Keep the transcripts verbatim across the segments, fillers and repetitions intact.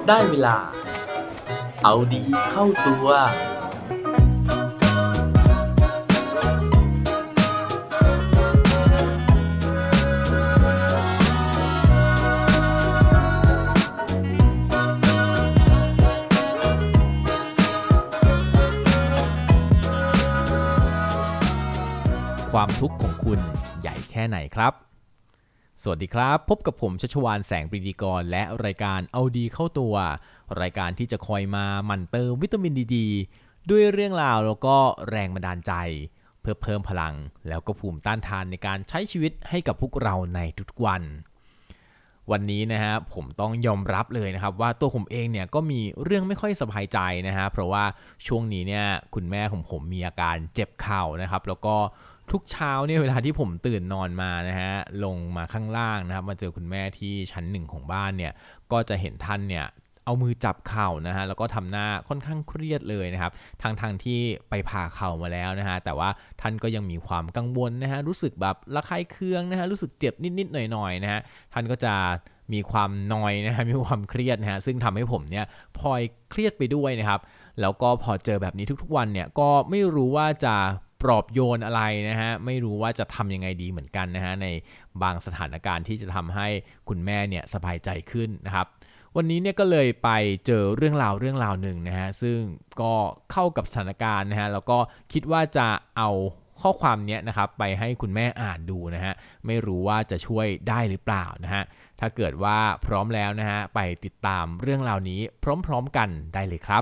ได้เวลาเอาดีเข้าตัวความทุกข์ของคุณใหญ่แค่ไหนครับสวัสดีครับพบกับผมชัชวาลแสงปรีดีกรและรายการเอาดีเข้าตัวรายการที่จะคอยมาหมั่นเติมวิตามินดีดีด้วยเรื่องราวแล้วก็แรงบันดาลใจเพื่อเพิ่มพลังแล้วก็ภูมิต้านทานในการใช้ชีวิตให้กับพวกเราในทุกวันวันนี้นะฮะผมต้องยอมรับเลยนะครับว่าตัวผมเองเนี่ยก็มีเรื่องไม่ค่อยสบายใจนะฮะเพราะว่าช่วงนี้เนี่ยคุณแม่ของผมมีอาการเจ็บเข่านะครับแล้วก็ทุกเช้าเนี่ยเวลาที่ผมตื่นนอนมานะฮะลงมาข้างล่างนะครับมาเจอคุณแม่ที่ชั้นหนึ่งของบ้านเนี่ยก็จะเห็นท่านเนี่ยเอามือจับเข่านะฮะแล้วก็ทำหน้าค่อนข้างเครียดเลยนะครับทางทางที่ไปผ่าเข่ามาแล้วนะฮะแต่ว่าท่านก็ยังมีความกังวลนะฮะรู้สึกแบบระคายเคืองนะฮะรู้สึกเจ็บนิดๆหน่อยๆนะฮะท่านก็จะมีความนอยนะฮะมีความเครียดนะฮะซึ่งทำให้ผมเนี่ยพลอยเครียดไปด้วยนะครับแล้วก็พอเจอแบบนี้ทุกๆวันเนี่ยก็ไม่รู้ว่าจะปลอบโยนอะไรนะฮะไม่รู้ว่าจะทำยังไงดีเหมือนกันนะฮะในบางสถานการณ์ที่จะทำให้คุณแม่เนี่ยสบายใจขึ้นนะครับวันนี้เนี่ยก็เลยไปเจอเรื่องราวเรื่องราวหนึ่งนะฮะซึ่งก็เข้ากับสถานการณ์นะฮะแล้วก็คิดว่าจะเอาข้อความเนี้ยนะครับไปให้คุณแม่อ่านดูนะฮะไม่รู้ว่าจะช่วยได้หรือเปล่านะฮะถ้าเกิดว่าพร้อมแล้วนะฮะไปติดตามเรื่องราวนี้พร้อมๆกันได้เลยครับ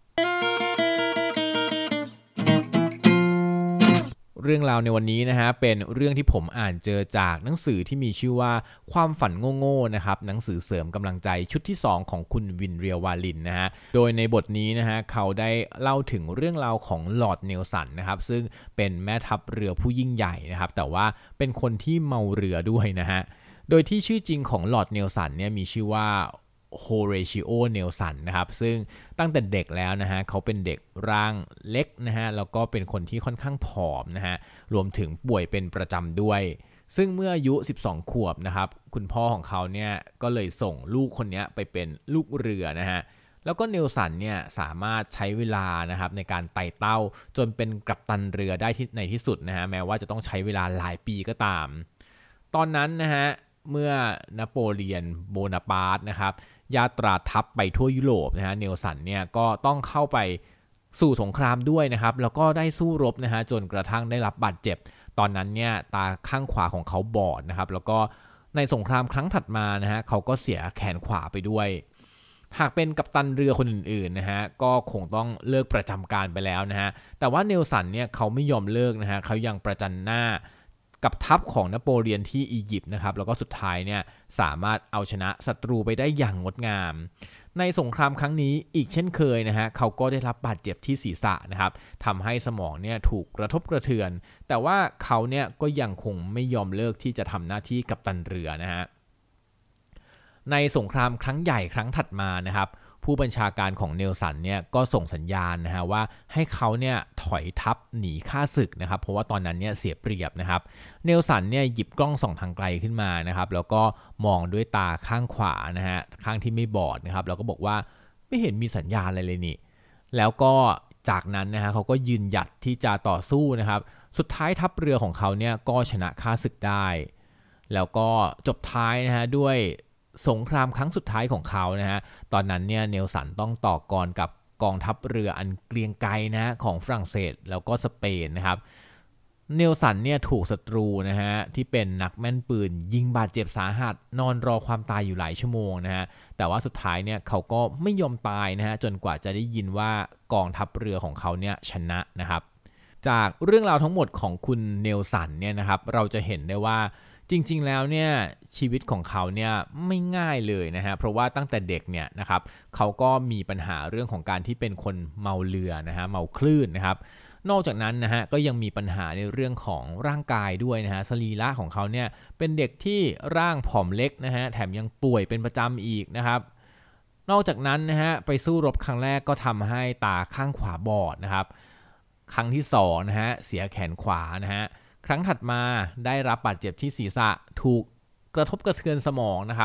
เรื่องราวในวันนี้นะฮะเป็นเรื่องที่ผมอ่านเจอจากหนังสือที่มีชื่อว่าความฝันโง่ๆนะครับหนังสือเสริมกำลังใจชุดที่สองของคุณวินเรียววาลินนะฮะโดยในบทนี้นะฮะเขาได้เล่าถึงเรื่องราวของลอร์ดเนลสันนะครับซึ่งเป็นแม่ทัพเรือผู้ยิ่งใหญ่นะครับแต่ว่าเป็นคนที่เมาเรือด้วยนะฮะโดยที่ชื่อจริงของลอร์ดเนลสันเนี่ยมีชื่อว่าโฮเรชิโอเนลสันนะครับซึ่งตั้งแต่เด็กแล้วนะฮะเขาเป็นเด็กร่างเล็กนะฮะแล้วก็เป็นคนที่ค่อนข้างผอมนะฮะรวมถึงป่วยเป็นประจำด้วยซึ่งเมื่ออายุสิบสองขวบนะครับคุณพ่อของเขาเนี่ยก็เลยส่งลูกคนนี้ไปเป็นลูกเรือนะฮะแล้วก็เนลสันเนี่ยสามารถใช้เวลานะครับในการไต่เต้าจนเป็นกัปตันเรือได้ที่ในที่สุดนะฮะแม้ว่าจะต้องใช้เวลาหลายปีก็ตามตอนนั้นนะฮะเมื่อนโปเลียนโบนาปาร์ตนะครับยาตราทัพไปทั่วยุโรปนะฮะเนลสันเนี่ยก็ต้องเข้าไปสู่สงครามด้วยนะครับแล้วก็ได้สู้รบนะฮะจนกระทั่งได้รับบาดเจ็บตอนนั้นเนี่ยตาข้างขวาของเขาบอดนะครับแล้วก็ในสงครามครั้งถัดมานะฮะเขาก็เสียแขนขวาไปด้วยหากเป็นกัปตันเรือคนอื่นๆนะฮะก็คงต้องเลิกประจำการไปแล้วนะฮะแต่ว่าเนลสันเนี่ยเขาไม่ยอมเลิกนะฮะเขายังประจันหน้ากับทัพของนโปเลียนที่อียิปต์นะครับแล้วก็สุดท้ายเนี่ยสามารถเอาชนะศัตรูไปได้อย่างงดงามในสงครามครั้งนี้อีกเช่นเคยนะฮะเขาก็ได้รับบาดเจ็บที่ศีรษะนะครับทำให้สมองเนี่ยถูกกระทบกระเทือนแต่ว่าเขาเนี่ยก็ยังคงไม่ยอมเลิกที่จะทำหน้าที่กัปตันเรือนะฮะในสงครามครั้งใหญ่ครั้งถัดมานะครับผู้บัญชาการของเนลสันเนี่ยก็ส่งสัญญาณนะฮะว่าให้เขาเนี่ยถอยทัพหนีฆ่าศึกนะครับเพราะว่าตอนนั้นเนี่ยเสียเปรียบนะครับเนลสันเนี่ยหยิบกล้องส่องทางไกลขึ้นมานะครับแล้วก็มองด้วยตาข้างขวานะฮะข้างที่ไม่บอดนะครับแล้วก็บอกว่าไม่เห็นมีสัญญาณอะไรเลยนี่แล้วก็จากนั้นนะฮะเขาก็ยืนหยัดที่จะต่อสู้นะครับสุดท้ายทัพเรือของเขาเนี่ยก็ชนะฆ่าศึกได้แล้วก็จบท้ายนะฮะด้วยสงครามครั้งสุดท้ายของเขานะฮะตอนนั้นเนี่ยเนลสันต้องต่อกรกับกองทัพเรืออันเกรียงไกรนะของฝรั่งเศสแล้วก็สเปนนะครับเนลสันเนี่ยถูกศัตรูนะฮะที่เป็นนักแม่นปืนยิงบาดเจ็บสาหัสนอนรอความตายอยู่หลายชั่วโมงนะฮะแต่ว่าสุดท้ายเนี่ยเขาก็ไม่ยอมตายนะฮะจนกว่าจะได้ยินว่ากองทัพเรือของเขาเนี่ยชนะนะครับจากเรื่องราวทั้งหมดของคุณเนลสันเนี่ยนะครับเราจะเห็นได้ว่าจริงๆแล้วเนี่ยชีวิตของเขาเนี่ยไม่ง่ายเลยนะฮะเพราะว่าตั้งแต่เด็กเนี่ยนะครับเขาก็มีปัญหาเรื่องของการที่เป็นคนเมาเรือนะฮะเมาคลื่นนะครับนอกจากนั้นนะฮะก็ยังมีปัญหาในเรื่องของร่างกายด้วยนะฮะสรีระของเขาเนี่ยเป็นเด็กที่ร่างผอมเล็กนะฮะแถมยังป่วยเป็นประจำอีกนะครับนอกจากนั้นนะฮะไปสู้รบครั้งแรกก็ทำให้ตาข้างขวาบอดนะครับครั้งที่สองนะฮะเสียแขนขวานะฮะครั้งถัดมาได้รับบาดเจ็บที่ศีรษะถูกกระทบกระเทือนสมองนะครับ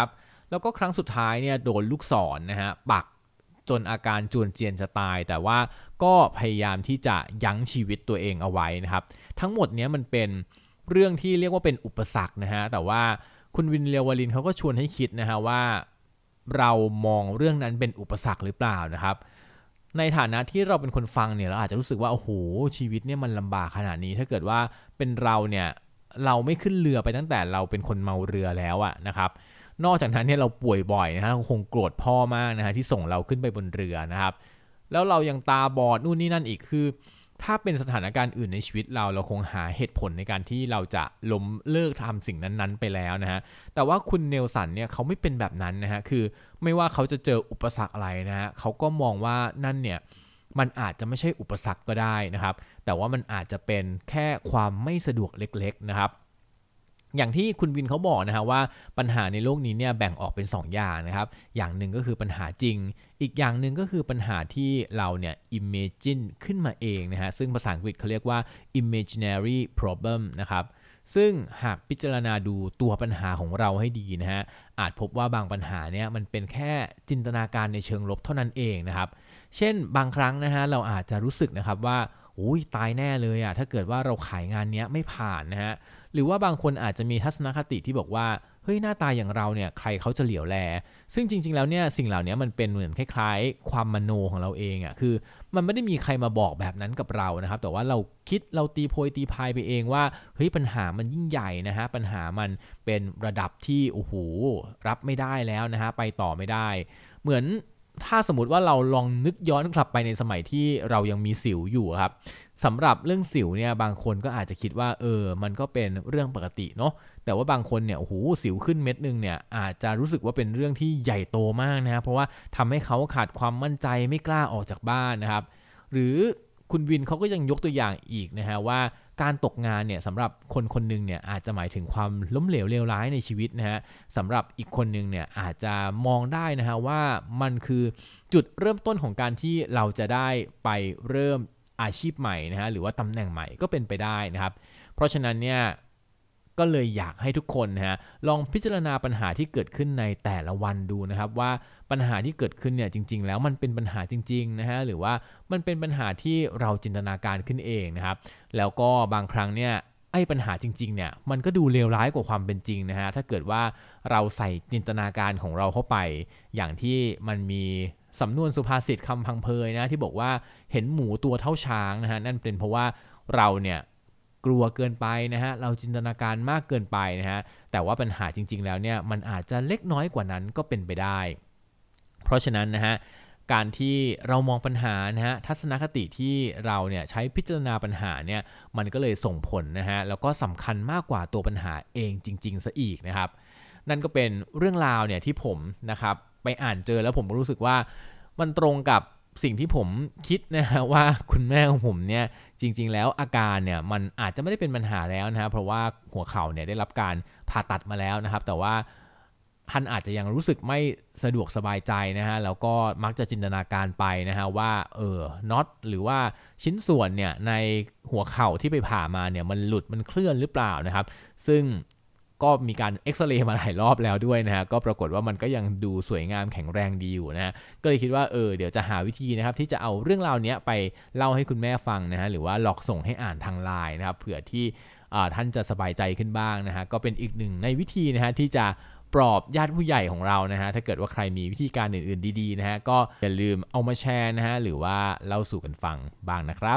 แล้วก็ครั้งสุดท้ายเนี่ยโดนลูกศรนะฮะปักจนอาการจวนเจียนจะตายแต่ว่าก็พยายามที่จะยั้งชีวิตตัวเองเอาไว้นะครับทั้งหมดนี้มันเป็นเรื่องที่เรียกว่าเป็นอุปสรรคนะฮะแต่ว่าคุณวินเลียววาลินเขาก็ชวนให้คิดนะฮะว่าเรามองเรื่องนั้นเป็นอุปสรรคหรือเปล่านะครับในฐานะที่เราเป็นคนฟังเนี่ยเราอาจจะรู้สึกว่าโอ้โหชีวิตเนี่ยมันลำบากขนาดนี้ถ้าเกิดว่าเป็นเราเนี่ยเราไม่ขึ้นเรือไปตั้งแต่เราเป็นคนเมาเรือแล้วอะนะครับนอกจากนั้นเนี่ยเราป่วยบ่อยนะฮะคงโกรธพ่อมากนะฮะที่ส่งเราขึ้นไปบนเรือนะครับแล้วเรายังตาบอดนู่นนี่นั่นอีกคือถ้าเป็นสถานการณ์อื่นในชีวิตเราเราคงหาเหตุผลในการที่เราจะล้มเลิกทำสิ่งนั้นๆไปแล้วนะฮะแต่ว่าคุณเนลสันเนี่ยเขาไม่เป็นแบบนั้นนะฮะคือไม่ว่าเขาจะเจออุปสรรคอะไรนะฮะเขาก็มองว่านั่นเนี่ยมันอาจจะไม่ใช่อุปสรรคก็ได้นะครับแต่ว่ามันอาจจะเป็นแค่ความไม่สะดวกเล็กๆนะครับอย่างที่คุณวินเขาบอกนะฮะว่าปัญหาในโลกนี้เนี่ยแบ่งออกเป็นสองอย่างนะครับอย่างหนึ่งก็คือปัญหาจริงอีกอย่างหนึ่งก็คือปัญหาที่เราเนี่ย imagine ขึ้นมาเองนะฮะซึ่งภาษาอังกฤษเขาเรียกว่า imaginary problem นะครับซึ่งหากพิจารณาดูตัวปัญหาของเราให้ดีนะฮะอาจพบว่าบางปัญหาเนี่ยมันเป็นแค่จินตนาการในเชิงลบเท่านั้นเองนะครับเช่นบางครั้งนะฮะเราอาจจะรู้สึกนะครับว่าอุ้ยตายแน่เลยอ่ะถ้าเกิดว่าเราขายงานนี้ไม่ผ่านนะฮะหรือว่าบางคนอาจจะมีทัศนคติที่บอกว่าเฮ้ยหน้าตาอย่างเราเนี่ยใครเขาจะเหลียวแลซึ่งจริงๆแล้วเนี่ยสิ่งเหล่านี้มันเป็นเหมือนคล้ายๆความมโนของเราเองอ่ะคือมันไม่ได้มีใครมาบอกแบบนั้นกับเรานะครับแต่ว่าเราคิดเราตีโพยตีพายไปเองว่าเฮ้ยปัญหามันยิ่งใหญ่นะฮะปัญหามันเป็นระดับที่โอ้โหรับไม่ได้แล้วนะฮะไปต่อไม่ได้เหมือนถ้าสมมติว่าเราลองนึกย้อนกลับไปในสมัยที่เรายังมีสิวอยู่ครับสำหรับเรื่องสิวเนี่ยบางคนก็อาจจะคิดว่าเออมันก็เป็นเรื่องปกติเนาะแต่ว่าบางคนเนี่ยโอ้โหสิวขึ้นเม็ดนึงเนี่ยอาจจะรู้สึกว่าเป็นเรื่องที่ใหญ่โตมากนะเพราะว่าทำให้เขาขาดความมั่นใจไม่กล้าออกจากบ้านนะครับหรือคุณวินเขาก็ยังยกตัวอย่างอีกนะฮะว่าการตกงานเนี่ยสำหรับคนคนนึงเนี่ยอาจจะหมายถึงความล้มเหลวเลวร้ายในชีวิตนะฮะสำหรับอีกคนนึงเนี่ยอาจจะมองได้นะฮะว่ามันคือจุดเริ่มต้นของการที่เราจะได้ไปเริ่มอาชีพใหม่นะฮะหรือว่าตำแหน่งใหม่ก็เป็นไปได้นะครับเพราะฉะนั้นเนี่ยก็เลยอยากให้ทุกคนนะฮะลองพิจารณาปัญหาที่เกิดขึ้นในแต่ละวันดูนะครับว่าปัญหาที่เกิดขึ้นเนี่ยจริงๆแล้วมันเป็นปัญหาจริงๆนะฮะหรือว่ามันเป็นปัญหาที่เราจินตนาการขึ้นเองนะครับแล้วก็บางครั้งเนี่ยไอ้ปัญหาจริงๆเนี่ยมันก็ดูเลวร้ายกว่าความเป็นจริงนะฮะถ้าเกิดว่าเราใส่จินตนาการของเราเข้าไปอย่างที่มันมีสำนวนสุภาษิตคำพังเพยนะที่บอกว่าเห็นหมูตัวเท่าช้างนะฮะนั่นเป็นเพราะว่าเราเนี่ยกลัวเกินไปนะฮะเราจินตนาการมากเกินไปนะฮะแต่ว่าปัญหาจริงๆแล้วเนี่ยมันอาจจะเล็กน้อยกว่านั้นก็เป็นไปได้เพราะฉะนั้นนะฮะการที่เรามองปัญหานะฮะทัศนคติที่เราเนี่ยใช้พิจารณาปัญหาเนี่ยมันก็เลยส่งผลนะฮะแล้วก็สำคัญมากกว่าตัวปัญหาเองจริงๆซะอีกนะครับนั่นก็เป็นเรื่องราวเนี่ยที่ผมนะครับไปอ่านเจอแล้วผมรู้สึกว่ามันตรงกับสิ่งที่ผมคิดนะฮะว่าคุณแม่ของผมเนี่ยจริงๆแล้วอาการเนี่ยมันอาจจะไม่ได้เป็นปัญหาแล้วนะฮะเพราะว่าหัวเข่าเนี่ยได้รับการผ่าตัดมาแล้วนะครับแต่ว่าท่านอาจจะยังรู้สึกไม่สะดวกสบายใจนะฮะแล้วก็มักจะจินตนาการไปนะฮะว่าเออน็อตหรือว่าชิ้นส่วนเนี่ยในหัวเข่าที่ไปผ่ามาเนี่ยมันหลุดมันเคลื่อนหรือเปล่านะครับซึ่งก็มีการเอ็กซเรย์มาหลายรอบแล้วด้วยนะฮะก็ปรากฏว่ามันก็ยังดูสวยงามแข็งแรงดีอยู่นะฮะก็เลยคิดว่าเออเดี๋ยวจะหาวิธีนะครับที่จะเอาเรื่องราวนี้ไปเล่าให้คุณแม่ฟังนะฮะหรือว่าหลอกส่งให้อ่านทางไลน์นะครับเผื่อที่ท่านจะสบายใจขึ้นบ้างนะฮะก็เป็นอีกหนึ่งในวิธีนะฮะที่จะปลอบญาติผู้ใหญ่ของเรานะฮะถ้าเกิดว่าใครมีวิธีการอื่นๆดีๆนะฮะก็อย่าลืมเอามาแชร์นะฮะหรือว่าเล่าสู่กันฟังบ้างนะครับ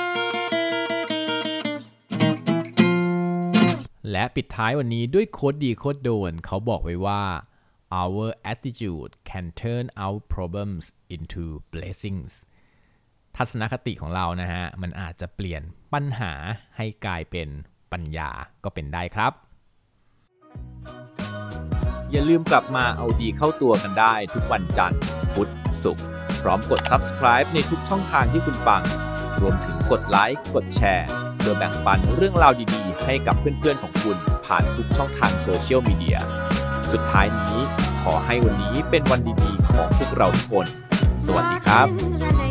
และปิดท้ายวันนี้ด้วยโค้ดดีโค้ดโดนเขาบอกไว้ว่า our attitude can turn our problems into blessings ทัศนคติของเรานะฮะมันอาจจะเปลี่ยนปัญหาให้กลายเป็นปัญญาก็เป็นได้ครับอย่าลืมกลับมาเอาดีเข้าตัวกันได้ทุกวันจันทร์พุธศุกร์พร้อมกด Subscribe ในทุกช่องทางที่คุณฟังรวมถึงกดไลค์กดแชร์เพื่อแบ่งปันเรื่องราวดีๆให้กับเพื่อนๆของคุณผ่านทุกช่องทางโซเชียลมีเดียสุดท้ายนี้ขอให้วันนี้เป็นวันดีๆของพวกเราทุกคนสวัสดีครับ